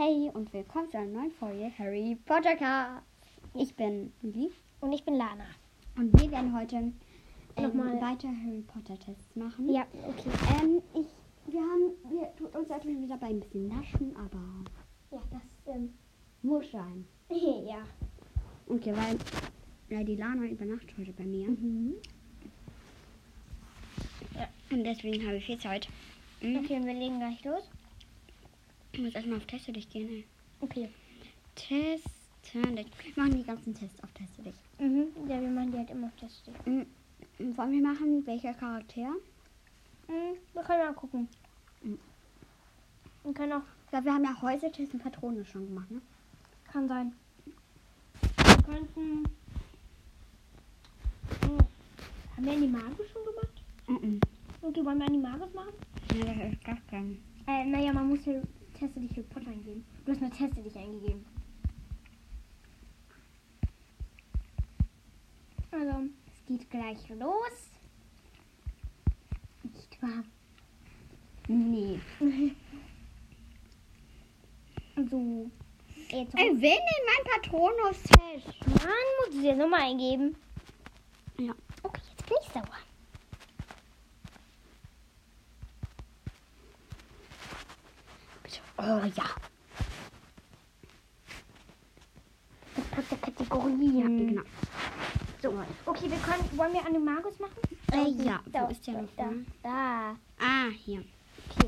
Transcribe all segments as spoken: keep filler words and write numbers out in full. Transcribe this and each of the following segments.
Hey und willkommen zu einer neuen Folge Harry Potter Cast. Ich bin Lili. Und ich bin Lana. Und wir werden heute ähm, Nochmal. weiter Harry Potter Tests machen. Ja, okay. Ähm, ich, wir haben, wir tut uns natürlich wieder dabei ein bisschen naschen, aber Ja, das, ähm, muss sein. ja. Okay, weil ja, die Lana übernachtet heute bei mir. Mhm. Ja. Und deswegen habe ich viel Zeit. Mhm. Okay, und wir legen gleich los. Ich muss erstmal auf Teste dich gehen. Ey. Okay. Testen dich. Wir machen die ganzen Tests auf Teste dich. Mhm. Ja, wir machen die halt immer auf Teste. Mhm. Wollen wir machen, welcher Charakter? Mhm. Wir können mal gucken. Mhm. Wir können auch, Ich glaube, wir haben ja Häusertest und Patrone schon gemacht, ne? kann sein. Wir könnten, mhm. Haben wir Animagus schon gemacht? Mhm. Okay, wollen wir Animagus machen? Ja, das ist gar kein. Äh, naja, man muss hier Teste dich Harry Potter eingeben. Du hast nur Teste dich eingegeben. Also, es geht gleich los. Nicht wahr? Nee. So. Jetzt Ey, wen in mein Patronus-Test? Mann, musst du dir Nummer eingeben? Ja. Okay, jetzt bin ich sauer. Oh ja. Das passt der Kategorie. Ja, genau. So, okay, wir können, wollen wir Animagus machen? Äh, Okay, ja, da, wo ist der da, noch? Da, ne? da. Ah, hier. Okay.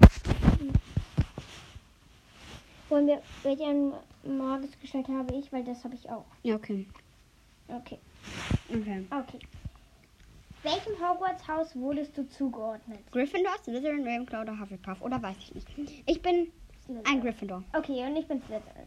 Wollen wir, welche Animagus-Gestalt habe ich? Weil das habe ich auch. Ja, okay. Okay. Okay. Okay. Welchem Hogwarts-Haus wurdest du zugeordnet? Gryffindor, Slytherin, Ravenclaw oder Hufflepuff? Oder weiß ich nicht. Ich bin ein Gryffindor. Okay, und ich bin Slytherin.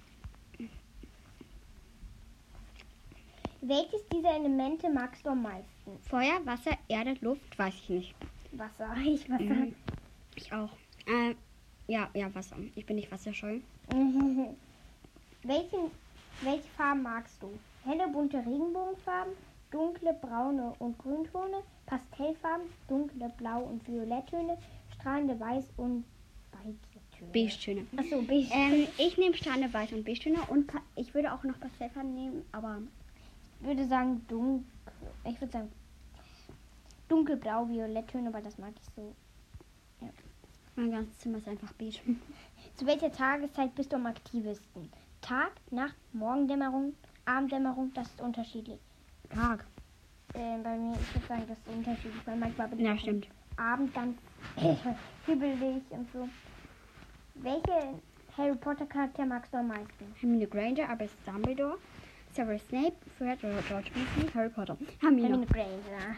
Welches dieser Elemente magst du am meisten? Feuer, Wasser, Erde, Luft, weiß ich nicht. Wasser. Ich Wasser. Mhm. Ich auch. Äh, ja, ja, Wasser. Ich bin nicht wasserscheu. Welche, welche Farben magst du? Helle, bunte Regenbogenfarben, dunkle, braune und Grüntöne, Pastellfarben, dunkle, blau und Violetttöne, strahlende Weiß und Beigetöne. Beige-Töne. Achso, beige. Ähm, ich nehme strahlende Weiß und Beige-Töne und pa- ich würde auch noch Pastellfarben nehmen, aber Ich würde sagen dunkel. Ich würde sagen dunkelblau, Violetttöne, weil das mag ich so. mein ganzes Zimmer ist einfach beige. Zu welcher Tageszeit bist du am aktivsten? Tag, Nacht, Morgendämmerung, Abenddämmerung, das ist unterschiedlich. Tag. Äh, bei mir, ich würde sagen, das ist unterschiedlich, weil manchmal bin ich Ja, am stimmt. Abend ganz hibbelig und so. Welche Harry Potter Charakter magst du am meisten? Hermine Granger, Albus Dumbledore, Severus Snape, Fred oder George Weasley, Harry Potter. Hermine. Hermine Granger.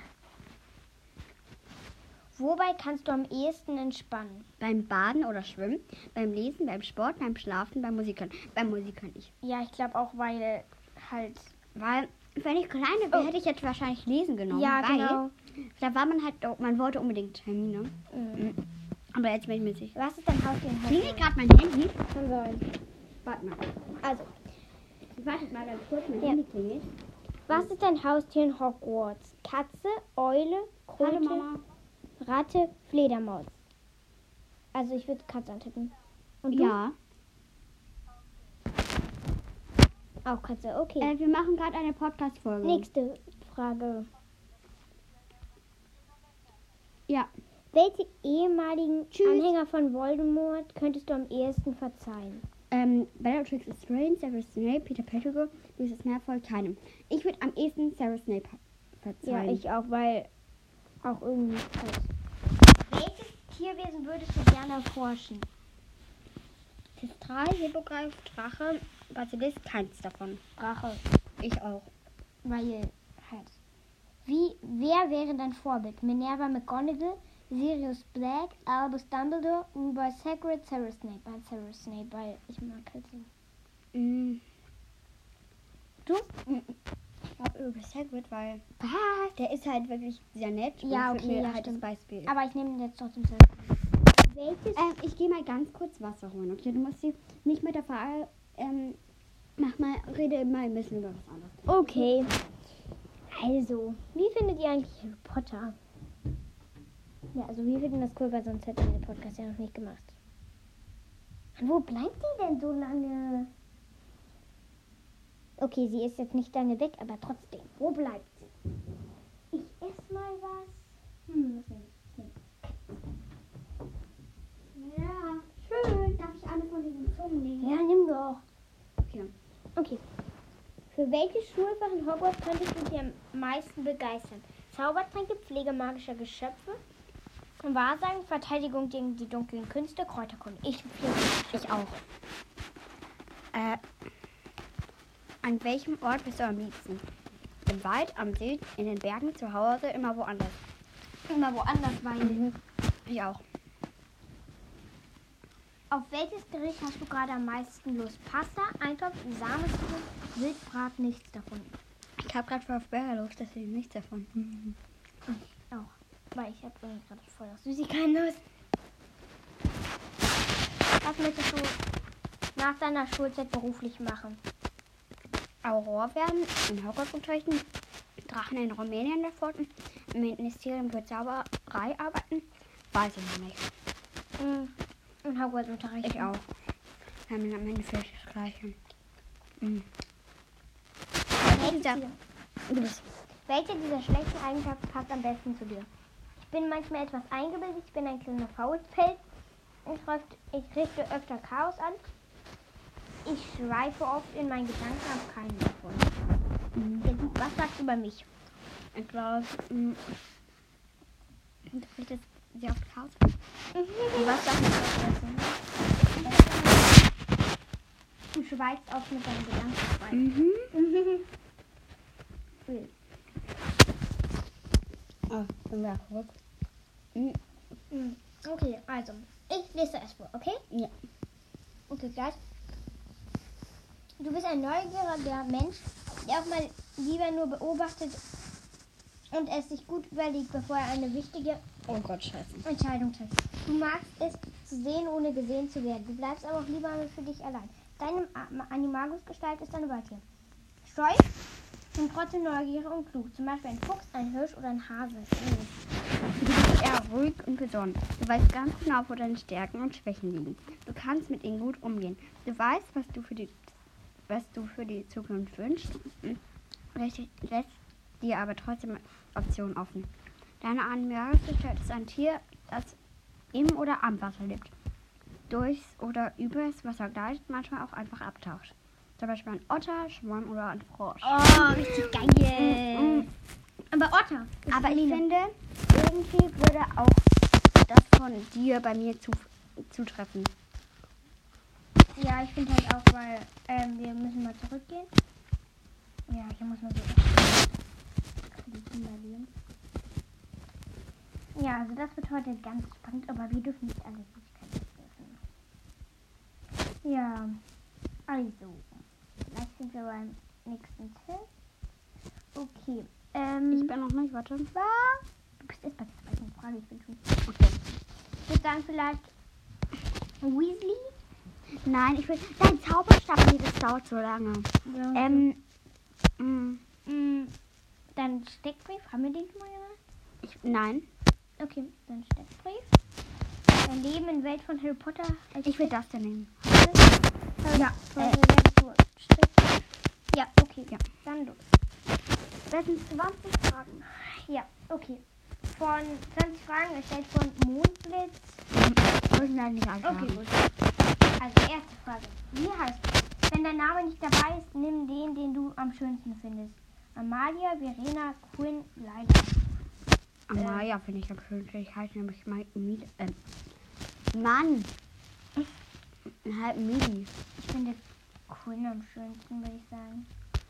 Wobei kannst du am ehesten entspannen? Beim Baden oder Schwimmen, beim Lesen, beim Sport, beim Schlafen, beim Musikern. Beim Musikern ich. Ja, ich glaube auch, weil halt... Weil, wenn ich kleiner wäre, Oh. hätte ich jetzt wahrscheinlich Lesen genommen. Ja, weil genau. Da war man halt, man wollte unbedingt Hermine. Mhm. Aber jetzt bin ich mir sicher. Was ist dein Haustier in Klingelt Hogwarts? gerade mein Handy? Kann sein. Warte mal. Also, Wartet mal ganz kurz, mein Ja. Handy klingelt. was ist dein Haustier in Hogwarts? Katze, Eule, Hallo Kröte, Mama. Ratte, Fledermaus. Also ich würde Katze antippen. Und du? Ja. Auch Katze, okay. Äh, wir machen gerade eine Podcast-Folge. Nächste Frage. Ja. Welche ehemaligen Tschüss. Anhänger von Voldemort könntest du am ehesten verzeihen? Ähm, Bellatrix Lestrange, Severus Snape, Peter Pettigrew, Lucius Malfoy, keinem. Ich würde am ehesten Severus Snape verzeihen. Ja, ich auch, weil auch irgendwie halt. Welches Tierwesen würdest du gerne erforschen? Testral, Hippogreif, Drache, Basilisk, keins davon. Drache. Ich auch. Weil halt. Wie, wer wäre dein Vorbild? Minerva McGonagall, Sirius Black, Albus Dumbledore, Rubus Hagrid, Severus Snape. Halt Severus Snape, weil ich mag halt so. Mm. Du? Ich glaube über Hagrid, weil Was? der ist halt wirklich sehr nett. Ja, und ich würd okay, mir ja, halt stimmt. das Beispiel. Aber ich nehme jetzt trotzdem so. Welches? Ähm, ich gehe mal ganz kurz Wasser holen, okay? Du musst sie nicht mit der Frage, ähm, mach mal, rede mal ein bisschen über was anderes. Okay. Also, wie findet ihr eigentlich Harry Potter? Ja, also wir finden das cool, weil sonst hätten wir den Podcast ja noch nicht gemacht. Wo bleibt die denn so lange? Okay, sie ist jetzt nicht lange weg, aber trotzdem. Wo bleibt sie? Ich esse mal was. Hm, was nehme ich? Ja, schön. Darf ich eine von diesen Zungen nehmen? Ja, nimm doch. Okay. Okay. Für welches Schulfach in Hogwarts könntest du dich am meisten begeistern? Zaubertränke, Pflege magischer Geschöpfe, Wahrsagen, Verteidigung gegen die dunklen Künste, Kräuterkunde. Ich Ich auch. Äh, an welchem Ort bist du am liebsten? Im Wald, am See, in den Bergen, zu Hause, immer woanders. immer woanders weinen. Ich auch. Auf welches Gericht hast du gerade am meisten Lust? Pasta, Eintopf, Sahnesuppe, Wildbrat, nichts davon. Ich habe gerade voll auf Burger Lust, deswegen nichts davon. Ich auch. Weil ich habe gerade voll auf Süßigkeiten Lust. Was möchtest du nach deiner Schulzeit beruflich machen? Auror werden, in Hogwarts unterrichten, Drachen in Rumänien erforschen, im Ministerium für Zauberei arbeiten, weiß ich noch nicht. Mhm. In Hogwarts unterrichten. Ich auch. Wir haben am Ende vielleicht das Gleiche. Mhm. Welche Dieser- dieser, Du bist. welche dieser schlechten Eigenschaften passt am besten zu dir? Ich bin manchmal etwas eingebildet, ich bin ein kleiner Faulpelz, ich, richt- ich richte öfter Chaos an, ich schweife oft in meinen Gedanken, auf keinen davon. Mhm. Ja, du, was sagst du über mich? Ich glaube, mhm. du bist jetzt sehr oft Chaos. Und was sagst du stattdessen? Du schweifst oft mit deinen Gedanken. Mhm. Mhm. Oh, dann wäre zurück. Mhm. Mhm. Okay, also, ich lese es vor, okay? Ja. Okay, gleich. Du bist ein neugieriger Mensch, der auch mal lieber nur beobachtet und es sich gut überlegt, bevor er eine wichtige Oh Gott, scheiße. Entscheidung trifft. Du magst es zu sehen, ohne gesehen zu werden. Du bleibst aber auch lieber für dich allein. Deine A- Animagus-Gestalt ist ein Waldtier. Scheu und trotzdem neugierig und klug. Zum Beispiel ein Fuchs, ein Hirsch oder ein Hase. Du bist eher ruhig und besonnen. Du weißt ganz genau, wo deine Stärken und Schwächen liegen. Du kannst mit ihnen gut umgehen. Du weißt, was du für die, was du für die Zukunft wünschst. und Richtig, lässt dir aber trotzdem Optionen offen. Deine Animagus-Gestalt ist ein Tier, das im oder am Wasser lebt. Durchs oder übers Wasser gleitet, manchmal auch einfach abtaucht. Zum Beispiel ein Otter, Schwamm oder ein Frosch. Oh, richtig geil. Aber Otter. ist Aber ich Feline. finde, irgendwie würde auch das von dir bei mir zu, zutreffen. Ja, ich finde halt auch, weil ähm, wir müssen mal zurückgehen. Ja, hier muss man so. Ja, also das wird heute ganz spannend, aber wir dürfen nicht alle Süßigkeiten essen. Ja, also. Vielleicht sind wir beim nächsten Test. Okay. Ähm, Ich bin noch nicht, warte. du bist erst bei der zweiten Frage, ich bin schon. Okay. Ich würde sagen, vielleicht Weasley. Nein, ich will. Dein Zauberstab, nee, das dauert so lange. Ja. Ähm. mh, Mm, dann Steckbrief. Haben wir den schon mal gemacht? ich, nein. Okay, dann Steckbrief. Ein Leben in Welt von Harry Potter. Als Ich will das denn nehmen. Ja, äh, äh, Steckbrief. Ja, okay. Ja. Dann los. Das sind zwanzig Fragen. Ja, okay. Von zwanzig Fragen erstellt von Mondblitz. Muss ich nicht alle Okay, haben. gut. Also, erste Frage. Wie heißt du? Wenn dein Name nicht dabei ist, nimm den, den du am schönsten findest. Amalia, Verena, Quinn, Leila. Amalia finde ich am schönsten. Ich heiße nämlich Mike Midi. Ähm. Mann! Halt Midi. Ich finde Quinn am schönsten, würde ich sagen.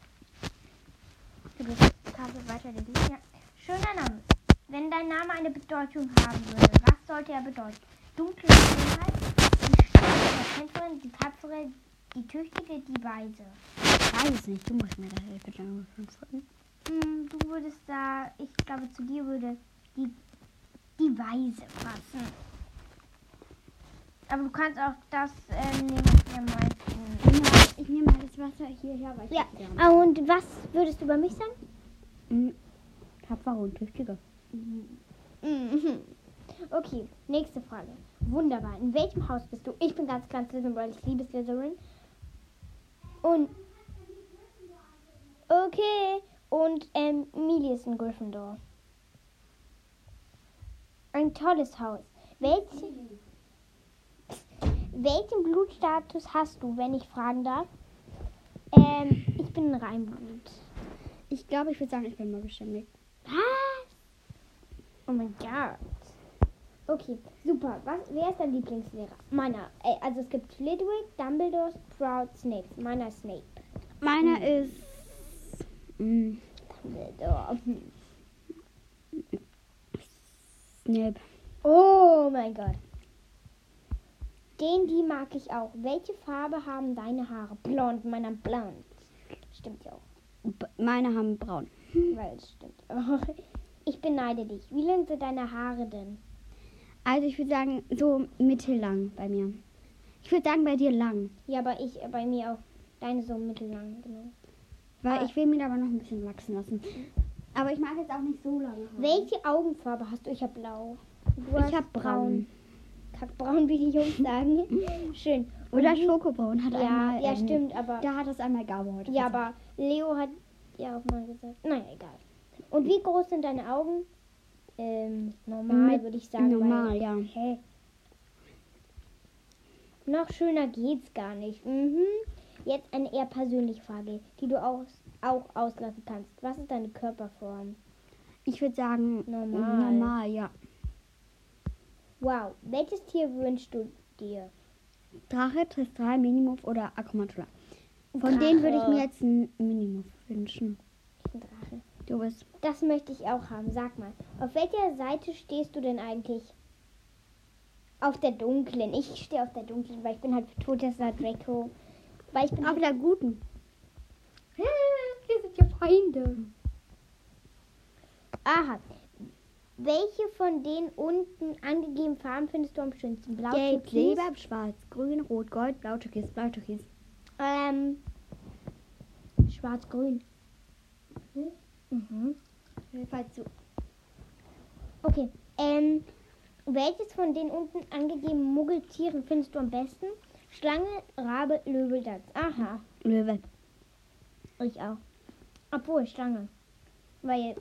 Du bist Tafel weiterlesen. Ja. Schöner Name. Wenn dein Name eine Bedeutung haben würde, was sollte er bedeuten? Dunkle Schönheit, die starke Kämpferin, die tapfere, die tüchtige, die weise. Ich weiß es nicht. Du musst mir das jetzt bitte nur fünf fragen. Hm, du würdest da, ich glaube zu dir würde die, die weise passen. Aber du kannst auch das äh, nehmen, was dir am meisten. Ich nehme mal das Wasser hierher, weil ich Ja, das gerne ah, und was würdest du über mich sagen? Mhm. Tapfer und tüchtiger. Mhm. Okay, nächste Frage. Wunderbar. In welchem Haus bist du? Ich bin ganz klar Slytherin, weil ich liebe Slytherin. Und okay. Und ähm, Mili ist in Gryffindor. Ein tolles Haus. Welche, welchen Blutstatus hast du, wenn ich fragen darf? Ähm, ich bin ein Reinblut. Ich glaube, ich würde sagen, ich bin mögenständig. Was? Oh mein Gott. Okay, super. Was, wer ist dein Lieblingslehrer? Meiner. Äh, also es gibt Flitwick, Dumbledore, Sprout, Snape. Meiner ist Snape. Meiner Hm. ist... Mh, Dumbledore. Snape. Oh mein Gott. Den, die mag ich auch. Welche Farbe haben deine Haare? Blond, meiner blond. Stimmt ja auch. B- Meine haben braun. Weil es stimmt auch. Ich beneide dich. Wie lang sind deine Haare denn? Also ich würde sagen, so mittellang bei mir. Ich würde sagen, bei dir lang. Ja, aber ich, äh, bei mir auch. Deine so mittellang, genau. Weil Ah. ich will mir aber noch ein bisschen wachsen lassen. Aber ich mag jetzt auch nicht so lange Haare. Welche Augenfarbe hast du? Ich habe blau. Du hast Ich habe braun. Kackbraun, wie die Jungs sagen. Schön. Und Oder wie- Schokobraun hat Ja, einmal... ja, ähm, stimmt, aber... Da hat es einmal Gabe heute Ja, gesagt. aber Leo hat ja auch mal gesagt. Naja, egal. Und wie groß sind deine Augen? Ähm, normal, Mit- würde ich sagen. normal, weil, ja. Hä? Noch schöner geht's gar nicht. Mhm. Jetzt eine eher persönliche Frage, die du auch, auch auslassen kannst. Was ist deine Körperform? Ich würde sagen, Normal. normal, ja. Wow. Welches Tier wünschst du dir? Drache, Tristral, Minimove oder Akumatula. Von denen würde ich mir jetzt einen Minimove wünschen. Ein Drache. Du bist... Das möchte ich auch haben. Sag mal, auf welcher Seite stehst du denn eigentlich? Auf der dunklen. Ich stehe auf der dunklen, weil ich bin halt Todesser Draco. Weil ich bin Auf der guten. Wir sind ja Freunde. Aha. Welche von den unten angegebenen Farben findest du am schönsten? Blau, Gelb, Türkis? Silber, Schwarz, Grün, Rot, Gold, Blau, Türkis, Blau, Türkis. Ähm, Schwarz-Grün. Mhm. Falls du... Okay. Ähm, welches von den unten angegebenen Muggeltieren findest du am besten? Schlange, Rabe, Löwe, Dachs. Aha. Löwe. Ich auch. Obwohl, Schlange. Weil.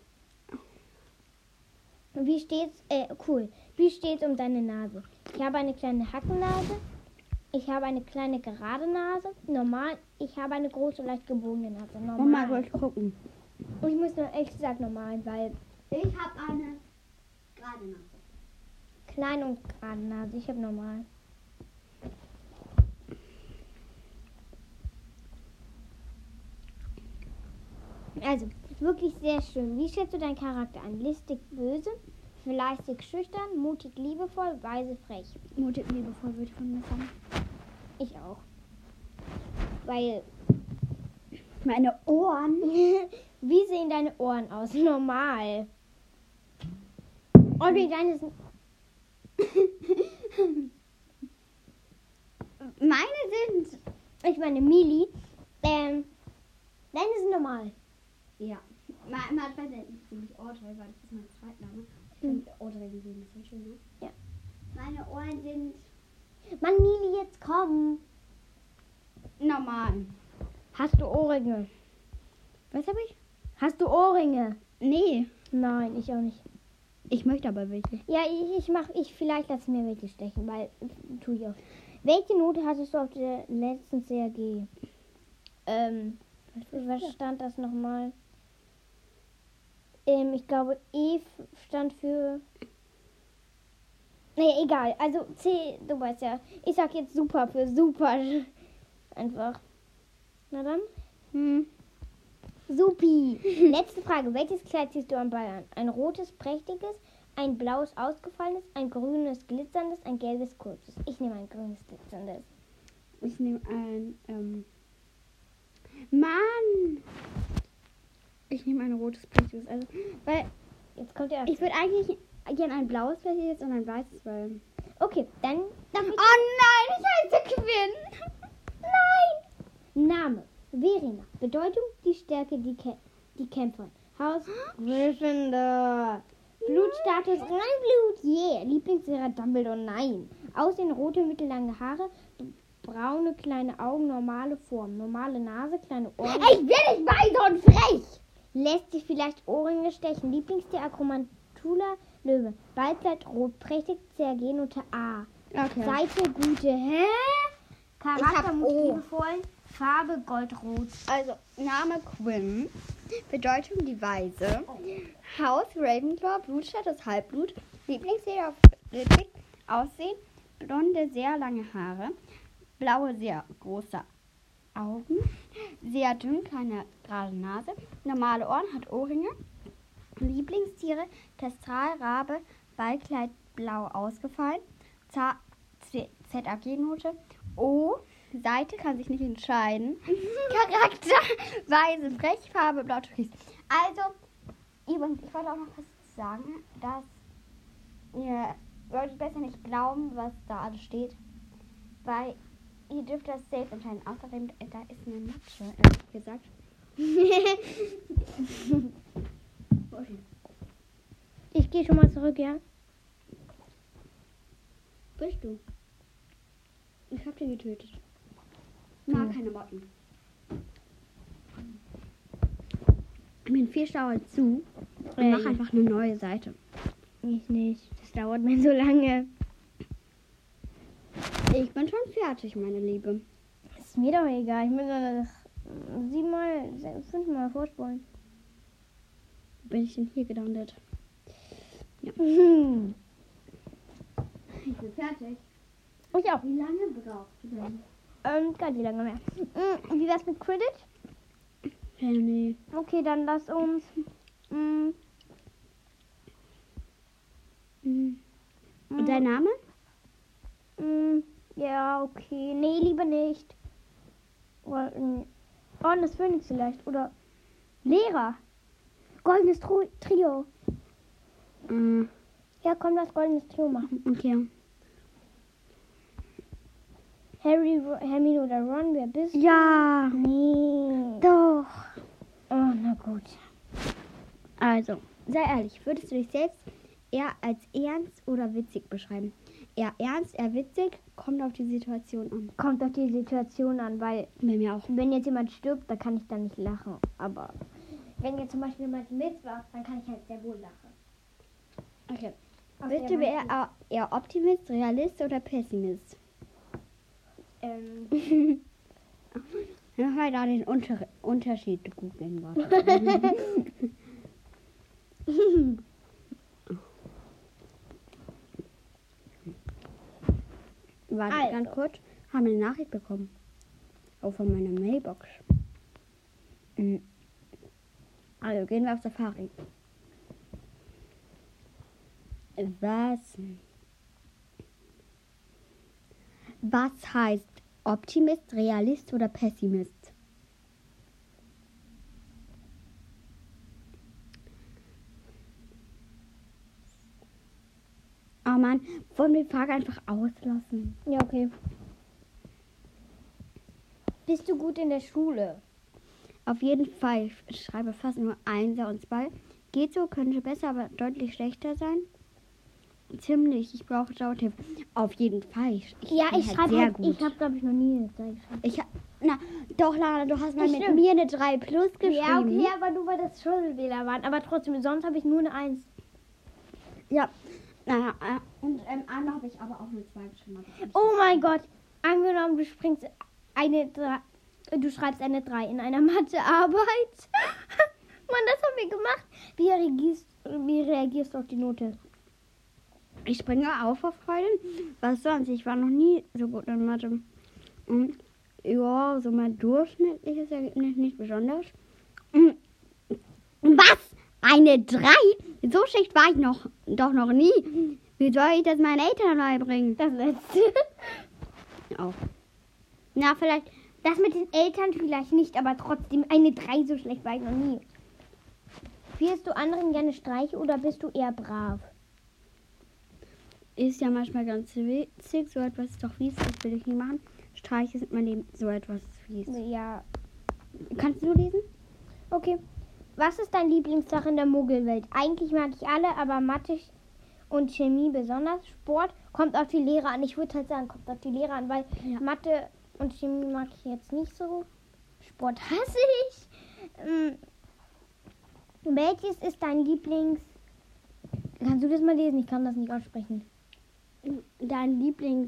Wie steht's? Äh, cool. Wie steht's um deine Nase? Ich habe eine kleine Hackennase. Ich habe eine kleine gerade Nase. Normal. Ich habe eine große, leicht gebogene Nase. Mama, Normal. soll ich gucken? Und ich muss nur echt gesagt normal, weil Ich habe eine gerade Nase. klein und gerade Nase. Ich habe normal. Also, wirklich sehr schön. Wie schätzt du deinen Charakter an? Listig, böse, fleißig, schüchtern, mutig, liebevoll, weise, frech. Mutig, liebevoll würde ich von mir sagen. Ich auch. Weil, Meine Ohren. wie sehen deine Ohren aus? Normal. Und wie deine sind... Meine sind... Ich meine, Mili, ähm, deine sind normal. Ja. Manchmal sind sie ziemlich Audrey, weil das ist mein Zweitname. Ich finde Audrey die ein bisschen schöner. Ja. Meine Ohren sind Mann, Mili, jetzt komm. normal. Hast du Ohrringe? Was habe ich? Hast du Ohrringe? Nee. Nein, ich auch nicht. Ich möchte aber welche. Ja, ich, ich mach, ich vielleicht lasse ich mir welche stechen, weil tue ich auch. Welche Note hattest du auf der letzten C A G? Ähm, was stand das nochmal? Ähm, ich glaube E f- stand für. Nee, egal. Also C, du weißt ja. Ich sag jetzt super für super. Einfach. Na dann. Hm. Supi. Letzte Frage. Welches Kleid ziehst du am Ball an? Ein rotes, prächtiges, ein blaues, ausgefallenes, ein grünes, glitzerndes, ein gelbes, kurzes. Ich nehme ein grünes, glitzerndes. Ich nehme ein... Ähm Mann! Ich nehme ein rotes Prächtiges. Also, weil Jetzt kommt der. ich würde eigentlich gerne ein blaues Prächtiges und ein weißes, weil... Okay, dann darf ich. Oh nein, ich heiße Quinn! Nein! Name. Verena. Bedeutung. Die Stärke, die, Kä die Kämpfer. Haus. Gryffindor. Blutstatus. Rein Blut. Yeah. Lieblingslehrer Dumbledore. Nein. Aussehen rote, mittellange Haare, braune, kleine Augen, normale Form, normale Nase, kleine Ohren. Ich will nicht weiter und frech! Lässt sich vielleicht Ohrringe stechen. Lieblingstier Akromantula, Löwe. Ballkleid rot, prächtig, Zergenote A. Okay. Seite gute, hä? Charakter hab muss O. liebevoll, Farbe goldrot. Also, Name Quinn, Bedeutung die Weise, Haus Ravenclaw, Blutstatus Halbblut, Lieblingsserie auf Lippig, Aussehen, blonde, sehr lange Haare, blaue, sehr große Augen, sehr dünn, kleine gerade Nase, normale Ohren, hat Ohrringe, Lieblingstiere, Testral, Rabe, Ballkleid, blau ausgefallen, Z A G-Note, O, Seite kann sich nicht entscheiden, Charakter, Weise, frech, Farbe, blau, türkis. Also, übrigens, ich wollte auch noch was sagen, dass ihr solltet besser nicht glauben, was da alles steht, weil ihr dürft das safe entscheiden. Außerdem, da ist eine Matsche, ehrlich gesagt. Ich gehe schon mal zurück, ja? Bist du? Ich hab den getötet. Mag keine Motten. Ich bin vier Stauer zu und Äh, mach ja. einfach eine neue Seite. Ich nicht. Das dauert mir so lange. Ich bin schon fertig, meine Liebe. Ist mir doch egal. Ich muss noch siebenmal, se- fünfmal vorspulen. Wo bin ich denn hier gelandet? Mhm. Ich bin fertig. Ich auch. Wie lange brauchst du denn? Ähm, gar nicht lange mehr. Mhm. Wie wär's mit Quidditch? Ja, nee. Okay, dann lass uns. Mhm. Mhm. Und dein Name? Mhm. Ja, okay. Nee, lieber nicht. Oder, nee. Orden des Phönix vielleicht. Oder Lehrer. Goldenes Tru- Trio. Mhm. Ja, komm, lass Goldenes Trio machen. Okay. Harry, Ro- Hermine oder Ron, wer bist du? Ja. Nee. Doch. Oh, na gut. Also, sei ehrlich, würdest du dich selbst eher als ernst oder witzig beschreiben? Eher ernst, eher witzig, kommt auf die Situation an. Kommt auf die Situation an, weil Bei mir auch. wenn jetzt jemand stirbt, dann kann ich da nicht lachen. Aber wenn jetzt zum Beispiel jemand mitwacht, dann kann ich halt sehr wohl lachen. Okay. Aus Bist der du eher, Weise- eher Optimist, Realist oder Pessimist? Ähm, Mach mal da den Unter Unterschied googeln. Warte. Warte, Also. ganz kurz. Haben wir eine Nachricht bekommen. Auch von meiner Mailbox. Mhm. Also gehen wir auf Safari. Was? Was heißt Optimist, Realist oder Pessimist? Oh Mann, wollen wir die Frage einfach auslassen? ja, okay. Bist du gut in der Schule? Auf jeden Fall. Ich schreibe fast nur Einser und zwei. Geht so, könnte besser, aber deutlich schlechter sein. Ziemlich, ich brauche Dauerhilfe. Auf jeden Fall. Ich, ich Ja, bin ich halt schreibe sehr halt, gut. ich habe glaube ich noch nie eine zwei geschrieben. Ich ha- na, doch, Lara, du hast mal Das mit stimmt. mir eine drei plus geschrieben. Ja, okay, aber nur weil das Schulfehler waren. Aber trotzdem, sonst habe ich nur eine eins. Ja. Naja, äh, und ähm, einmal habe ich aber auch eine zwei geschrieben. aber das ist Oh mein Gott. Angenommen, du springst eine drei, du schreibst eine drei in einer Mathearbeit. Mann, das haben wir gemacht. Wie reagierst, wie reagierst du auf die Note? Ich springe auf vor Freude. Was sonst? Ich war noch nie so gut in Mathe. Und ja, so mein durchschnittliches Ergebnis nicht besonders. Und was? Eine drei? So schlecht war ich noch doch noch nie. Wie soll ich das meinen Eltern beibringen? Das letzte. Auch. Na, vielleicht. Das mit den Eltern vielleicht nicht, aber trotzdem eine drei so schlecht war ich noch nie. Spielst du anderen gerne Streiche oder bist du eher brav? Ist ja manchmal ganz witzig. So etwas ist doch fies. Das will ich nie machen. Streiche sind mein Leben. So etwas ist fies. Ja, Kannst du lesen? okay. Was ist dein Lieblingsfach in der Muggelwelt? Eigentlich mag ich alle, aber Mathe und Chemie besonders. Sport kommt auf die Lehrer an. Ich würde halt sagen, kommt auf die Lehrer an, weil Ja. Mathe und Chemie mag ich jetzt nicht so. Sport hasse ich. Ähm, welches ist dein Lieblings... Kannst du das mal lesen? Ich kann das nicht aussprechen. Dein Lieblingsgenre?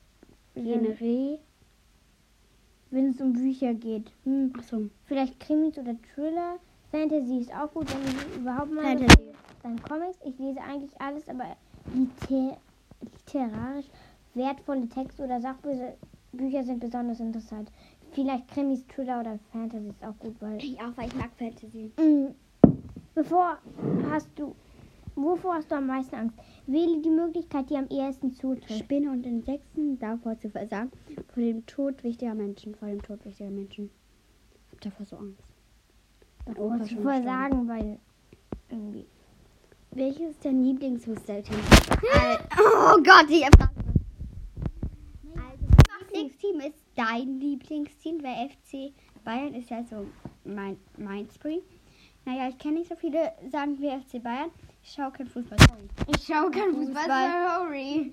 Wenn es um Bücher geht. Hm. Achso. Vielleicht Krimis oder Thriller. Fantasy ist auch gut, wenn du überhaupt mal... Fantasy. Dann Comics. Ich lese eigentlich alles, aber liter literarisch wertvolle Texte oder Sachbücher Bücher sind besonders interessant. Vielleicht Krimis, Thriller oder Fantasy ist auch gut, weil... Ich auch, weil ich mag Fantasy. Mm. Bevor hast du... Wovor hast du am meisten Angst? Wähle die Möglichkeit, die am ehesten zutrifft. Spinnen und Insekten, davor zu versagen, vor dem Tod wichtiger Menschen, vor dem Tod wichtiger Menschen. Ich hab davor so Angst. Mein Opa Muss ist ich schon voll gestorben. sagen, weil... Irgendwie... Welches ist dein Lieblingshustelteam? Oh Gott, ich hab Angst. Also, mein Lieblingsteam ist dein Lieblingsteam, weil F C Bayern ist ja so mein Mainstream. Naja, ich kenne nicht so viele, sagen wir F C Bayern. Ich schaue kein Fußball, sorry. Ich schaue kein Fußball. sorry.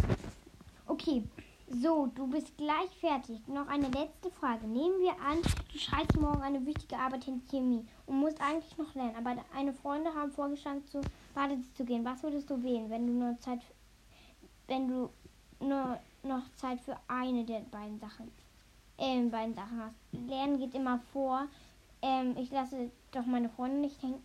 Okay, so, du bist gleich fertig. Noch eine letzte Frage. Nehmen wir an, du schreibst morgen eine wichtige Arbeit in Chemie und musst eigentlich noch lernen, aber deine Freunde haben vorgeschlagen, zu Badesee zu gehen. Was würdest du wählen, wenn du nur Zeit, wenn du nur noch Zeit für eine der beiden Sachen, äh, beiden Sachen hast? Lernen geht immer vor. Ähm, ich lasse doch meine Freunde nicht hängen.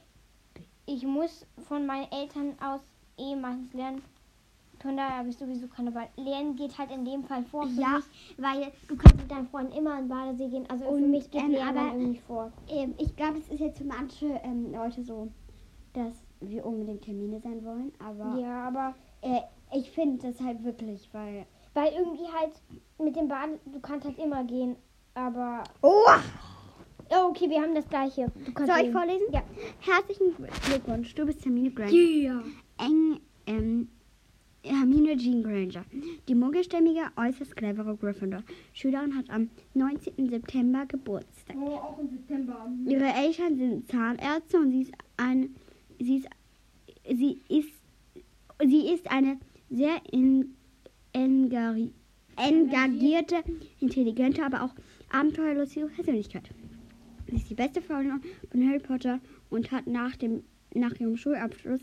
Ich muss von meinen Eltern aus eh meistens lernen. Von daher habe ich sowieso keine Wahl. Lernen geht halt in dem Fall vor. Für Ja, mich, weil du kannst mit deinen Freunden immer in den Badesee gehen. Also für Und, mich geht ähm, Lernen aber- dann irgendwie vor. Ähm, ich glaube, es ist jetzt für manche ähm, Leute so, dass wir unbedingt Termine sein wollen. Aber Ja, aber äh, ich finde das halt wirklich, weil... weil irgendwie halt mit dem Baden, du kannst halt immer gehen. Aber... Oh! Oh, okay, wir haben das gleiche. Du kannst Soll ich gehen. vorlesen? Ja. Herzlichen Glückwunsch, du bist Hermine Granger. Yeah. Eng, ähm, Hermine Jean Granger. Die muggelstämmige, äußerst clevere Gryffindor. Schülerin hat am neunzehnten September Geburtstag. Oh, auch im September. Ihre Eltern sind Zahnärzte und sie ist eine, sie ist, sie ist, sie ist eine sehr en, engari, engagierte, intelligente, aber auch abenteuerlustige Persönlichkeit. Sie ist die beste Freundin von Harry Potter und hat nach dem nach ihrem Schulabschluss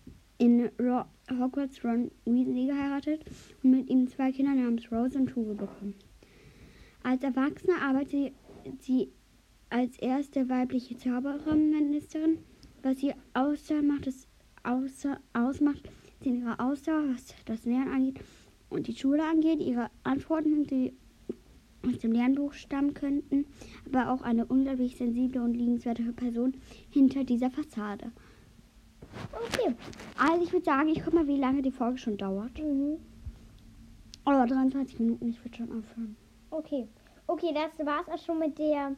in Ro Hogwarts Ron Weasley geheiratet und mit ihm zwei Kinder namens Rose und Hugo bekommen. Als Erwachsene arbeitet sie, sie als erste weibliche Zaubererministerin. Was sie ausmacht, ist außer, ausmacht, sind ihre Ausdauer, was das Lernen angeht und die Schule angeht, ihre Antworten, die aus dem Lernbuch stammen könnten, aber auch eine unglaublich sensible und liebenswerte Person hinter dieser Fassade. Okay. Also ich würde sagen, ich guck mal, wie lange die Folge schon dauert. Mhm. Oh, dreiundzwanzig Minuten, ich würde schon aufhören. Okay. Okay, das war's auch schon mit der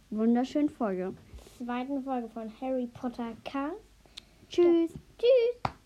Wunderschöne Folge. zweiten Folge von Harry Potter Cast. Tschüss. Tschüss.